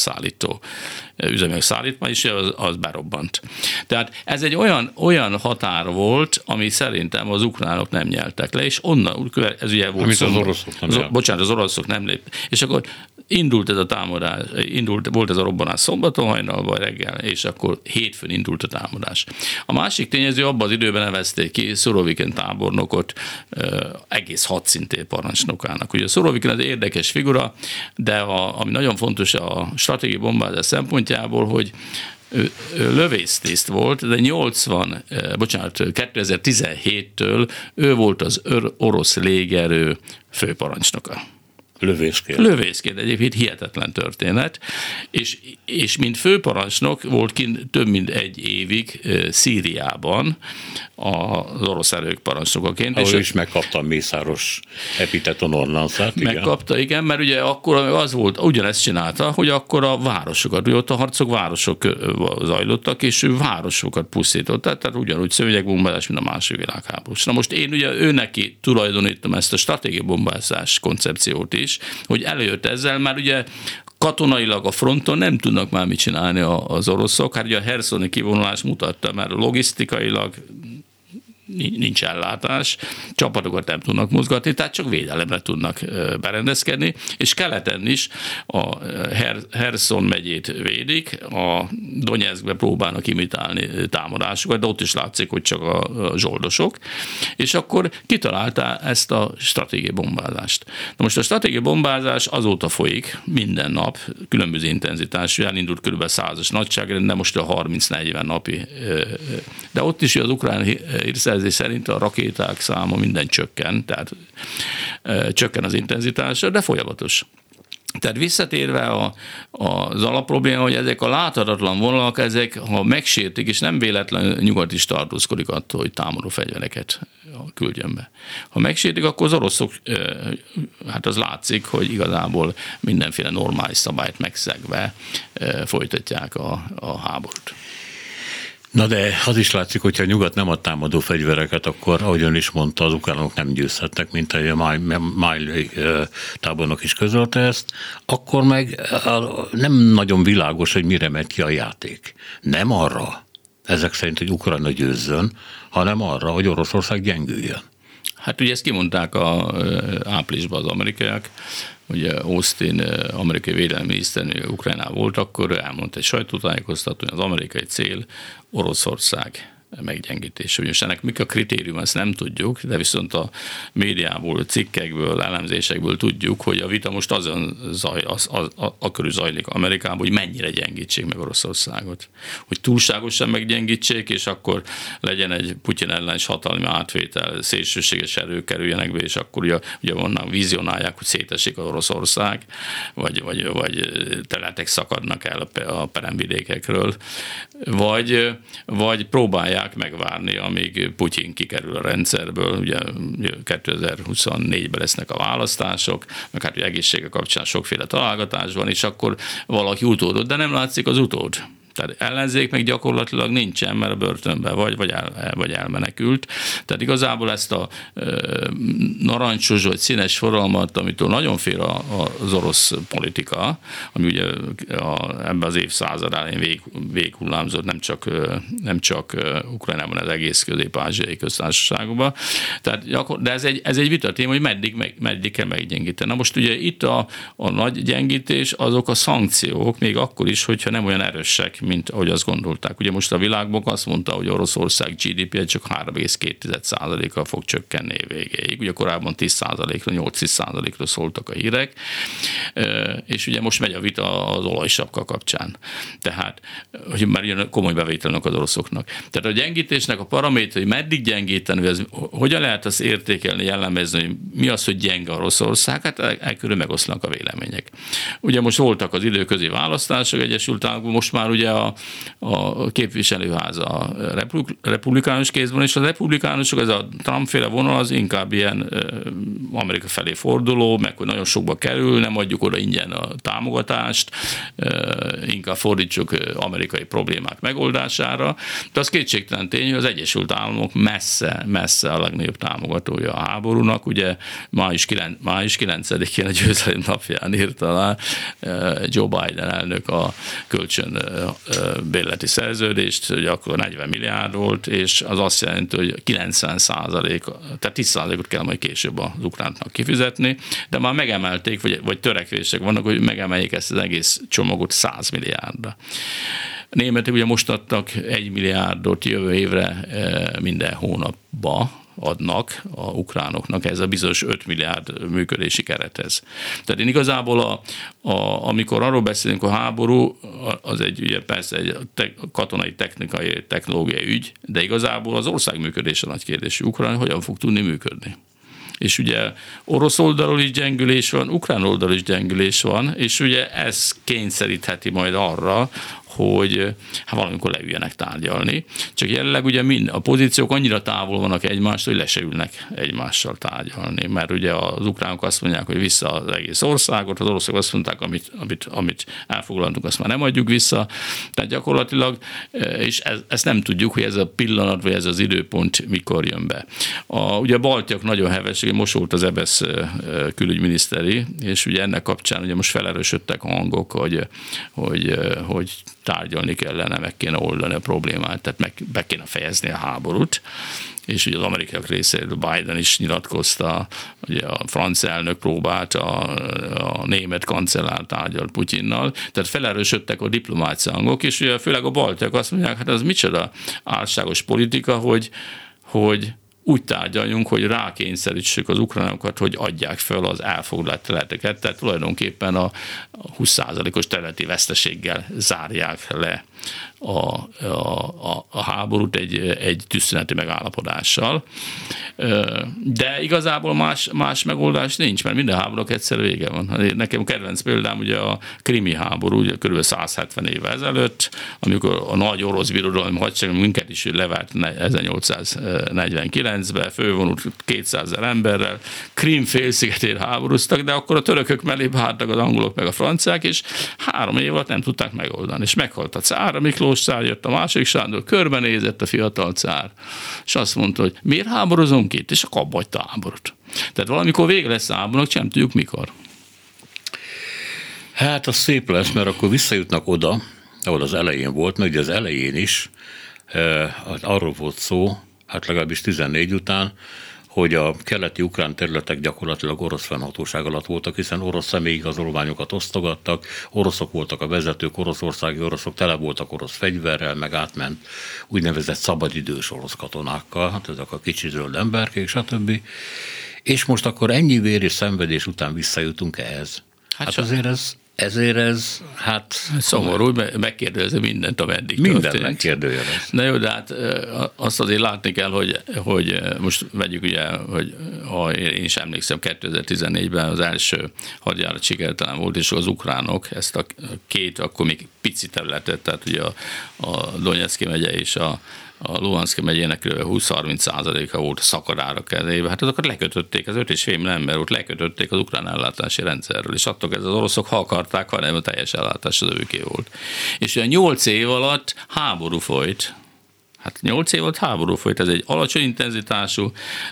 üzemanyagszállítmány, és az berobbant. Tehát ez egy olyan határ volt, ami szerintem az ukránok nem nyeltek le, és onnan, ez ugye volt az oroszok nem az oroszok nem lép. És akkor indult ez a támadás, volt ez a robbanás szombaton hajnalban reggel, és akkor hétfőn indult a támadás. A másik tényező, abban az időben nevezték ki Surovikin tábornokot egész hadszintér parancsnokának. Ugye a Surovikin az érdekes figura, de ami nagyon fontos a stratégiai bombázás szempontjából, hogy lövésztiszt volt, de 2017-től ő volt az orosz légerő főparancsnoka. Lövészként, egyébként hihetetlen történet, és mint főparancsnok volt kint több mint egy évig Szíriában az orosz erők parancsnokaként. Ahol is megkapta a mészáros epiteton ornanszát. Megkapta, igen, mert ugye akkor az volt, ugyanezt csinálta, hogy akkor a városokat, ugye ott a harcok városok zajlottak, és ő városokat pusztított, tehát ugyanúgy szőnyegbombázás, mint a második világháborús. Na most én ugye őneki tulajdonítom ezt a stratégiai bombázás koncepciót is, hogy előjött ezzel, már ugye katonailag a fronton nem tudnak már mit csinálni az oroszok. Hát ugye a herszoni kivonulás mutatta, mert logisztikailag nincs ellátás, csapatokat nem tudnak mozgatni, tehát csak védelemre tudnak berendezkedni, és keleten is a Herszon megyét védik, a Donyeckbe próbálnak imitálni támadásokat, de ott is látszik, hogy csak a zsoldosok, és akkor kitalálta ezt a stratégiai bombázást. Na most a stratégiai bombázás azóta folyik minden nap, különböző intenzitású, elindult kb. 100-as nagyságrend, de most a 30-40 napi. De ott is az ukrán hírszerzés szerint a rakéták száma minden csökken, tehát csökken az intenzitása, de folyamatos. Tehát visszatérve az alapprobléma, hogy ezek a láthatatlan vonalak, ezek, ha megsértik, és nem véletlen nyugat is tartózkodik attól, hogy támadó fegyvereket küldjön be. Ha megsértik, akkor az oroszok, hát az látszik, hogy igazából mindenféle normális szabályt megszegve folytatják a háborút. Na de az is látszik, hogyha a nyugat nem ad támadó fegyvereket, akkor, ahogy ön is mondta, az ukránok nem győzhetnek, mint ahogy a Májlai tábornok is közölte ezt, akkor meg nem nagyon világos, hogy mire megy ki a játék. Nem arra, ezek szerint, hogy Ukrajna győzzön, hanem arra, hogy Oroszország gyengüljön. Hát ugye ezt kimondták áprilisban az amerikaiak, ugye Austin, amerikai védelmi miniszter Ukrajnában volt, akkor elmondta egy sajtótájékoztatón, hogy az amerikai cél Oroszország meggyengítése. Ugyanis ennek mik a kritérium, ezt nem tudjuk, de viszont a médiából, cikkekből, elemzésekből tudjuk, hogy a vita most azon körül zajlik Amerikában, hogy mennyire gyengítsék meg Oroszországot. Hogy túlságosan meggyengítsék, és akkor legyen egy Putyin ellenes hatalmi átvétel, szélsőséges erők kerüljenek be, és akkor ugye onnan vizionálják, hogy szétesik az Oroszország, vagy területek szakadnak el a peremvidékekről, vagy próbálják megvárni, amíg Putyin kikerül a rendszerből, ugye 2024-ben lesznek a választások, meg hát ugye egészsége kapcsán sokféle találgatás van, és akkor valaki utódott, de nem látszik az utód. Tehát ellenzék meg gyakorlatilag nincsen, mert a börtönben vagy elmenekült. Tehát igazából ezt a narancsos vagy színes forradalmat, amitől nagyon fél az orosz politika, ami ugye ebben az évszázad elején véghullámzott nem csak Ukrajnában, az egész közép-ázsiai köztársaságokban. De ez egy vitatéma, hogy meddig kell meggyengíteni. Na most ugye itt a nagy gyengítés, azok a szankciók, még akkor is, hogyha nem olyan erősek, mint ahogy azt gondolták. Ugye most a Világbank azt mondta, hogy Oroszország GDP-je csak 3,2%-kal fog csökkenni végéig. Ugye korábban 10%-ra, 8-10%-ra szóltak a hírek, és ugye most megy a vita az olajsapka kapcsán. Tehát, hogy már jön komoly bevételnek az oroszoknak. Tehát a gyengítésnek a paraméter, hogy meddig gyengíteni, hogyan lehet azt értékelni, jellemezni, hogy mi az, hogy gyenge Oroszország, hát elkörül megoszlanak a vélemények. Ugye most voltak az időközi választások Egyesült Államokban, most már ugye a képviselőház a republikánus kézben, és a republikánusok, ez a Trump-féle vonal, az inkább ilyen Amerika felé forduló, meg hogy nagyon sokba kerül, nem adjuk oda ingyen a támogatást, inkább fordítsuk amerikai problémák megoldására. De az kétségtelen tény, hogy az Egyesült Államok messze a legnagyobb támogatója a háborúnak. Ugye május 9-én a győzelem napján írta alá Joe Biden elnök a kölcsön bérleti szerződést, hogy akkor 40 milliárd volt, és az azt jelenti, hogy 90%, tehát 10%-ot kell majd később az ukránoknak kifizetni, de már megemelték, vagy törekvések vannak, hogy megemeljék ezt az egész csomagot 100 milliárdra. A németek ugye most adtak 1 milliárdot jövő évre minden hónapba, adnak a ukránoknak ez a bizonyos 5 milliárd működési kerethez. Tehát én igazából, amikor arról beszélünk, a háború, az egy ugye persze egy katonai, technikai, technológiai ügy, de igazából az ország működése nagy kérdés. Ukrajna hogyan fog tudni működni? És ugye orosz oldalról is gyengülés van, ukrán oldalról is gyengülés van, és ugye ez kényszerítheti majd arra, hogy valamikor leüljenek tárgyalni. Csak jelenleg ugye a pozíciók annyira távol vannak egymástól, hogy le se ülnek egymással tárgyalni. Mert ugye az ukránok azt mondják, hogy vissza az egész országot, az oroszok azt mondták, amit elfoglaltunk, azt már nem adjuk vissza. Tehát gyakorlatilag, és ezt nem tudjuk, hogy ez a pillanat, vagy ez az időpont mikor jön be. Ugye a baltiak nagyon hevesek, most volt az EBESZ külügyminiszteri, és ugye ennek kapcsán ugye most felerősödtek a hangok, hogy tárgyalni kellene, meg kéne oldani a problémát, tehát be kéne fejezni a háborút, és ugye az amerikaiak részéről Biden is nyilatkozta, ugye a francia elnök próbált, a német kancellár tárgyal Putyinnal, tehát felerősödtek a diplomácia hangok, és ugye főleg a baltiak azt mondják, hát az micsoda álságos politika, hogy úgy tárgyaljunk, hogy rákényszerítsük az ukránokat, hogy adják fel az elfoglalt területeket, tehát tulajdonképpen a 20%-os területi veszteséggel zárják le a háborút egy tűzszüneti megállapodással. De igazából más megoldás nincs, mert minden háborúnak egyszer vége van. Nekem kedvenc példám ugye a krimi háború, ugye kb. 170 éve ezelőtt, amikor a nagy orosz birodalmi hadsereg minket is levert 1849-ben, fölvonult 200 000 emberrel, Krím félszigetén háborúztak, de akkor a törökök mellé álltak az angolok meg a franciák, és 3 év alatt nem tudták megoldani. És meghalt a cár, a Miklós cár, jött a második Sándor, körbenézett a fiatal cár, és azt mondta, hogy miért háborozunk itt, és akkor abba hagyta a háborút. Tehát valamikor vége lesz a háborúnak, nem tudjuk mikor. Hát az szép lesz, mert akkor visszajutnak oda, ahol az elején volt, mert ugye az elején is arról volt szó, hát legalábbis 14 után, hogy a keleti ukrán területek gyakorlatilag orosz fennhatóság alatt voltak, hiszen orosz személyigazolványokat osztogattak, oroszok voltak a vezetők, oroszországi oroszok, tele voltak orosz fegyverrel, meg átment úgynevezett szabadidős orosz katonákkal, hát ezek a kicsi zöld emberkék, stb. És most akkor ennyi vér és szenvedés után visszajutunk ehhez. Hát ezért ez, szomorú, megkérdőjelez mindent, ameddig minden történt. megkérdőjelez. Na jó, de hát azt azért látni kell, hogy most vegyük ugye, hogy én is emlékszem, 2014-ben az első hadjárat sikertelen volt, és az ukránok ezt a két, akkor még pici területet, tehát ugye a Donetszki megye és a Luhanszki megyének kb. 20-30%-a volt a szakadára kezébe. Hát azokat lekötötték, az 5,5 millió ember volt, lekötötték az ukrán ellátási rendszerről, és attól ez az oroszok, ha akarták, hanem a teljes ellátás az őké volt. És ugye 8 év alatt háború folyt. Hát 8 év alatt háború folyt, ez egy alacsony intenzitású,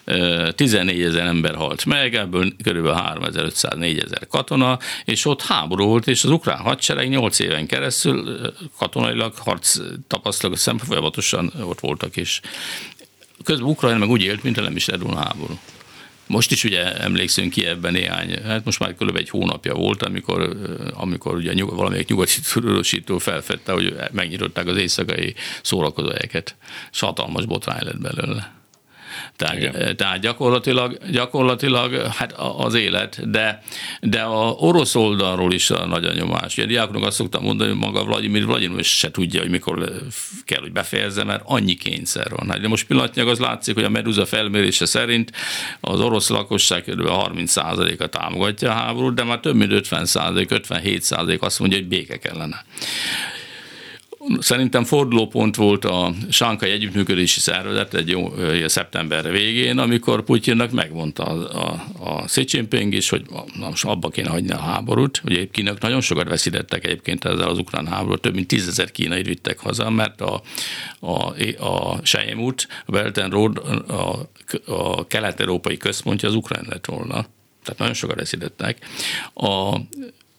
14 000 ember halt meg, ebből kb. 3500-4000 katona, és ott háború volt, és az ukrán hadsereg 8 éven keresztül katonailag harc tapasztalatok szemben folyamatosan ott voltak, és közben Ukrajna meg úgy élt, mint nem is lett volna háború. Most is ugye emlékszünk ki ebben hát most már kb. 1 hónapja volt, amikor ugye valamelyik nyugati tudósító felfedte, hogy megnyitották az éjszakai szórakozóhelyeket, és hatalmas botrány lett belőle. Tehát gyakorlatilag hát az élet, de a orosz oldalról is a nagy a nyomás. Ugye a diákoknak azt szoktam mondani, hogy maga Vladimir se tudja, hogy mikor kell, hogy befejezze, mert annyi kényszer van. Hát de most pillanatnyilag az látszik, hogy a Meduza felmérése szerint az orosz lakosság kb. 30%-a támogatja a háborút, de már több mint 57% azt mondja, hogy béke kellene. Szerintem fordulópont volt a Sankai Együttműködési Szervezet szeptember végén, amikor Putyinnak megmondta a Xi Jinping is, hogy most abba kéne hagyni a háborút. Ugye Kínának nagyon sokat veszítettek egyébként ezzel az ukrán háborút, több mint 10 000 kínait vittek haza, mert a Sejm út, a Belt and Road, a kelet-európai központja az ukrán lett volna. Tehát nagyon sokat veszítettek.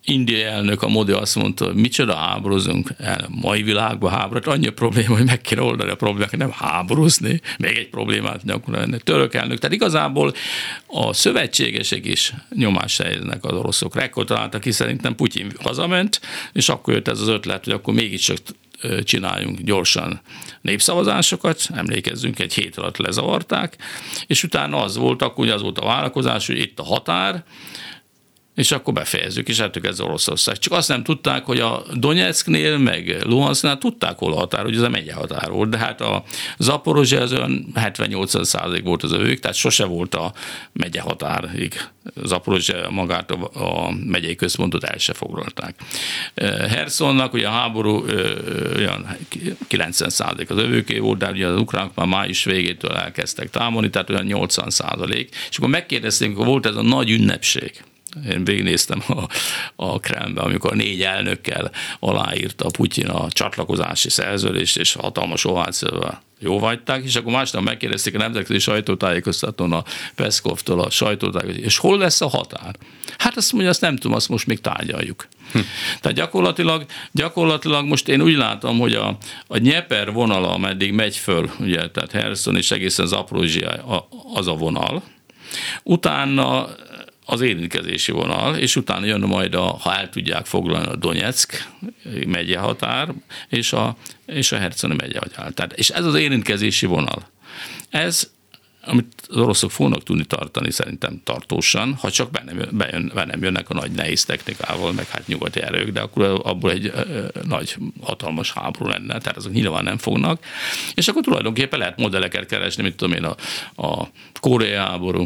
indiai elnök, a Modi azt mondta, hogy micsoda háborúzunk, mai világban háborút, annyi a probléma, hogy meg kéne oldani a problémát, nem háborúzni, még egy problémát gyakorlatilag. Török elnök. Tehát igazából a szövetségesek is nyomást helyeznek az oroszokra. Ekkor találtak ki, szerintem Putyin hazament, és akkor jött ez az ötlet, hogy akkor mégiscsak csináljunk gyorsan népszavazásokat, emlékezzünk, egy hét alatt lezavarták, és utána az volt a várakozás, hogy itt a határ, és akkor befejezzük, és ettől ez Oroszország. Csak azt nem tudták, hogy a Donetsknél, meg Luhansknál tudták, hol a határ, hogy ez a megye határ volt, de hát a Zaporozsja az olyan 70-80% volt az övék, tehát sose volt a megye határig. Zaporozsja magát a megyei központot el se foglalták. Hersonnak ugye a háború olyan 90% az övőké volt, de ugye az ukránok már május végétől elkezdtek támadni, tehát olyan 80%. És akkor megkérdezték, hogy volt ez a nagy ünnepség. Én végignéztem a Kremlbe, amikor 4 elnökkel aláírta Putyin a csatlakozási szerződést, és hatalmas ovációval jóváhagyták, és akkor másnap megkérdezték a nemzetközi sajtótájékoztatón a Peszkovtól a sajtótájékoztatón, és hol lesz a határ? Hát azt mondja, azt nem tudom, azt most még tárgyaljuk. Tehát gyakorlatilag most én úgy látom, hogy a Dnyeper vonala, ameddig megy föl, ugye, tehát Herson és egészen Zaporozsja az a vonal, utána az érintkezési vonal, és utána jön majd, ha el tudják foglalni a Donetsk megye határ, és a Herconi megye határ. Tehát, és ez az érintkezési vonal. Ez, amit az oroszok fognak tudni tartani szerintem tartósan, ha csak be nem jönnek a nagy nehéz technikával, meg hát nyugati erők, de akkor abból egy nagy, hatalmas háború lenne, tehát azok nyilván nem fognak. És akkor tulajdonképpen lehet modelleket keresni, mint tudom én, a koreai háború,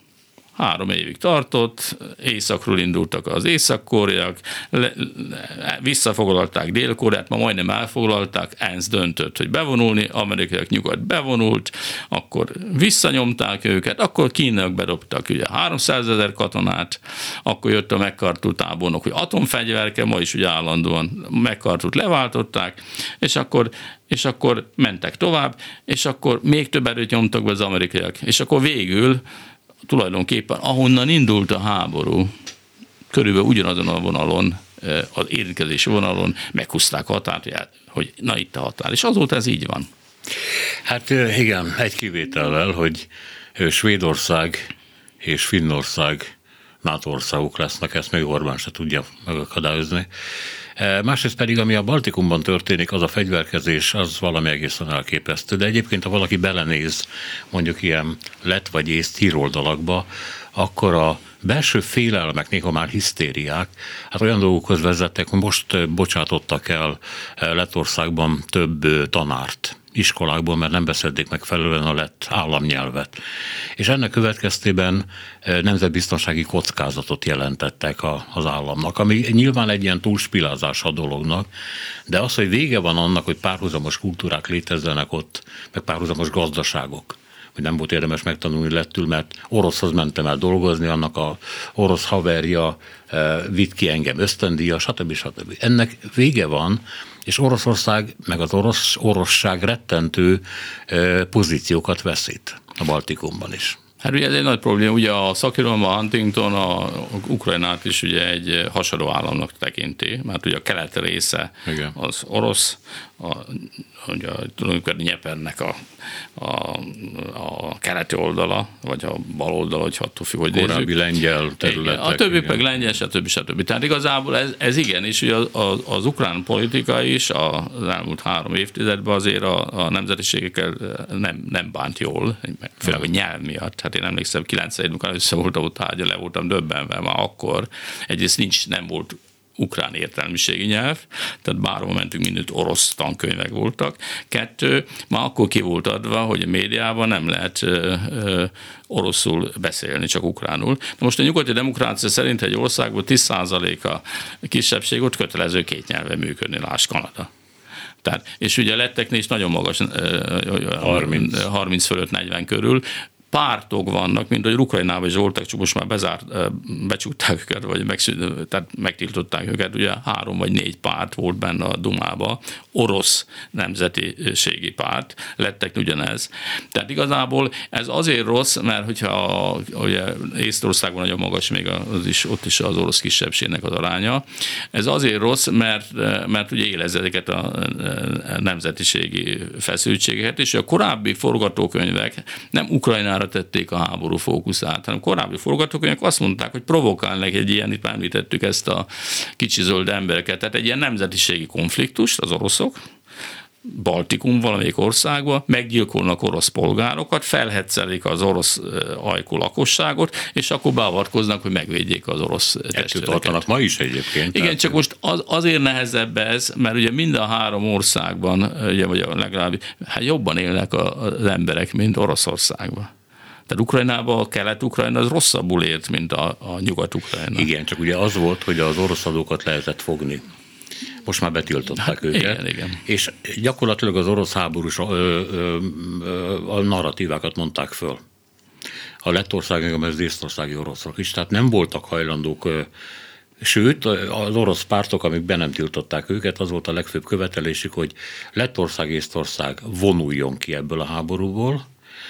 3 évig tartott, északról indultak az észak-koreaiak, visszafoglalták Dél-Koreát, ma majdnem elfoglalták, ENSZ döntött, hogy bevonulni, amerikaiak nyugat bevonult, akkor visszanyomták őket, akkor kínaiak bedobtak ugye 300 000 katonát, akkor jött a MacArthur tábornok, hogy atomfegyverke, ma is ugye állandóan MacArthurt leváltották, és akkor mentek tovább, és akkor még több erőt nyomtak be az amerikaiak, és akkor végül tulajdonképpen ahonnan indult a háború, körülbelül ugyanazon a vonalon, az érintkezési vonalon meghúzták a határt, hogy na itt a határ. És azóta ez így van. Hát igen, egy kivétellel, hogy Svédország és Finnország NATO országok lesznek, ezt még Orbán se tudja megakadályozni. Másrészt pedig, ami a Baltikumban történik, az a fegyverkezés, az valami egészen elképesztő. De egyébként, ha valaki belenéz mondjuk ilyen lett vagy észt híroldalakba, akkor a belső félelmek, néha már hisztériák, hát olyan dolgokhoz vezettek, hogy most bocsátottak el Lettországban több tanárt iskolákból, mert nem beszélték megfelelően a lett államnyelvet. És ennek következtében nemzetbiztonsági kockázatot jelentettek az államnak, ami nyilván egy ilyen túlspilázás a dolognak, de az, hogy vége van annak, hogy párhuzamos kultúrák létezzenek ott, meg párhuzamos gazdaságok, hogy nem volt érdemes megtanulni lettül, mert oroszhoz mentem el dolgozni, annak a orosz haverja vitt ki engem ösztöndíjra, stb. Ennek vége van, és Oroszország, meg az oroszság rettentő pozíciókat veszít a Baltikumban is. Hát ugye ez egy nagy probléma, ugye a szakirodalomban Huntington a Ukrajnát is ugye egy hasadó államnak tekinti, mert ugye a keleti része igen. Az orosz, ugye tulajdonképpen Dnyepernek a keleti oldala, vagy a bal oldala, hogy attól függ, hogy korábbi nézzük. lengyel területek. A többi meg lengyel, stb. Tehát igazából ez igen, és ugye az ukrán politika is az elmúlt 3 évtizedben azért a nemzetiségekkel nem bánt jól, főleg a nyelv miatt. Hát én emlékszem, 91-ben, amikor össze voltam ott le voltam döbbenve már akkor. Egyrészt nem volt ukrán értelmiségi nyelv, tehát bárhol mentünk, mindent orosz tankönyvek voltak. 2, már akkor ki volt adva, hogy a médiában nem lehet oroszul beszélni, csak ukránul. De most a nyugati demokrácia szerint egy országban 10% a kisebbség, ott kötelező 2 nyelven működni, lásd Kanada. Tehát, és ugye letteknél is nagyon magas, 30 fölött 40 körül, pártok vannak, mint hogy Ukrajnában is voltak, csak most már becsukták őket, vagy tehát megtiltották őket. Ugye 3 vagy 4 párt volt benne a Dumában, orosz nemzetiségi párt, lettek ugyanez. Tehát igazából ez azért rossz, mert hogyha ugye Észtországban nagyon magas még ott is az orosz kisebbségnek az aránya. Ez azért rossz, mert ugye élez ezeket a nemzetiségi feszültségeket, és a korábbi forgatókönyvek nem Ukrajnára tették a háború fókuszát, hanem korábbi forgatókönyvek azt mondták, hogy provokálnak egy ilyen, itt említettük ezt a kicsi zöld embereket, tehát egy ilyen nemzetiségi konfliktust az oroszok, Baltikum valamelyik országba, meggyilkolnak orosz polgárokat, felhetszelik az orosz ajkú lakosságot, és akkor beavatkoznak, hogy megvédjék az orosz testvéreket. Tartanak ma is egyébként. Igen, csak most azért nehezebb ez, mert ugye mind a 3 országban, ugye, vagy legalább jobban élnek az emberek, mint Oroszországban. Tehát Ukrajnában a Kelet-Ukrajna az rosszabbul élt, mint a Nyugat-Ukrajna. Igen, csak ugye az volt, hogy az orosz adókat lehetett fogni. Most már betiltották őket. Igen. És gyakorlatilag az orosz háborús a narratívákat mondták föl. A lettországi, meg az észtországi oroszok is. Tehát nem voltak hajlandók, sőt, az orosz pártok, amik be nem tiltották őket, az volt a legfőbb követelésük, hogy Lettország, Észtország vonuljon ki ebből a háborúból,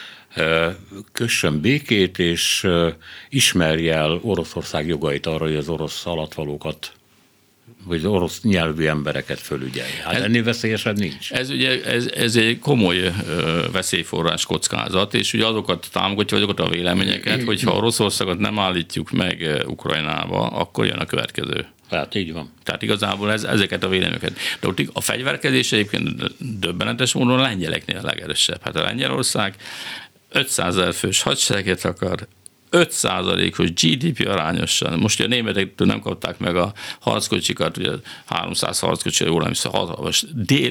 kössön békét, és ismerje el Oroszország jogait arra, hogy az orosz alattvalókat vagy az orosz nyelvű embereket fölügyelje. Hát ennél veszélyesebb nincs. Ez egy komoly veszélyforrás kockázat, és ugye azokat támogatja, vagy azokat a véleményeket, hogy ha Oroszországot nem állítjuk meg Ukrajnába, akkor jön a következő. Hát így van. Tehát igazából ezeket a véleményeket. De ott a fegyverkezés egyébként döbbenetes módon a lengyeleknél a legerősebb. Hát a Lengyelország 500 000 fős hadsereget akar, 5%-os GDP arányosan. Most a németektől nem kapták meg a harckocsikat, ugye 300 harckocsi, jól nem hiszem, hatalmas.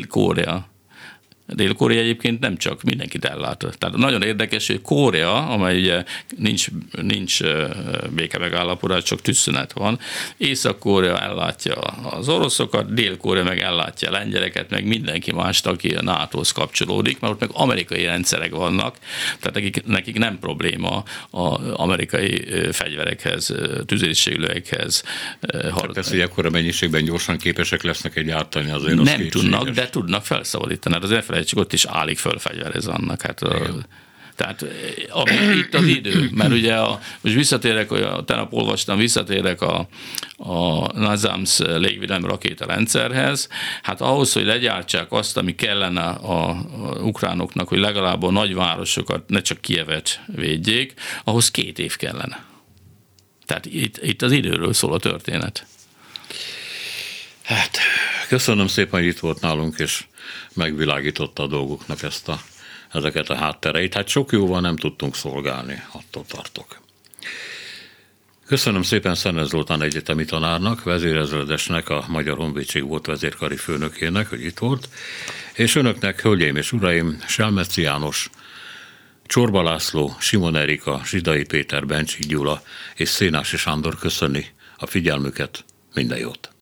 Dél-Korea egyébként nem csak mindenkit ellát. Tehát nagyon érdekes, hogy Korea, amely ugye nincs béke megállapodás, csak tűzszünet van, Észak-Korea ellátja az oroszokat, Dél-Korea meg ellátja a lengyeleket, meg mindenki mást, aki a NATO-hoz kapcsolódik, mert ott meg amerikai rendszerek vannak, tehát nekik nem probléma az amerikai fegyverekhez, tüzérségülőekhez. Persze, hogy ekkora mennyiségben gyorsan képesek lesznek gyártani azért. Nem tudnak, de tudnak felszabadítani. Hát azért csak ott is állig fölfegyverez annak. Hát tehát itt az idő, mert ugye most visszatérek, tegnap olvastam, visszatérek a NASAMS légvédelmi rakétarendszerhez, hát ahhoz, hogy legyártsák azt, ami kellene a ukránoknak, hogy legalább a nagyvárosokat, ne csak Kijevet védjék, ahhoz 2 év kellene. Tehát itt az időről szól a történet. Hát, köszönöm szépen, hogy itt volt nálunk, és megvilágította a dolgoknak ezeket a háttereit. Hát sok jóval nem tudtunk szolgálni, attól tartok. Köszönöm szépen Szenes Zoltán egyetemi tanárnak, vezérezredesnek, a Magyar Honvédség volt vezérkari főnökének, hogy itt volt, és önöknek, hölgyeim és uraim, Selmeci János, Csorba László, Simon Erika, Zsidai Péter, Bencsik Gyula és Szénási Sándor köszöni a figyelmüket, minden jót!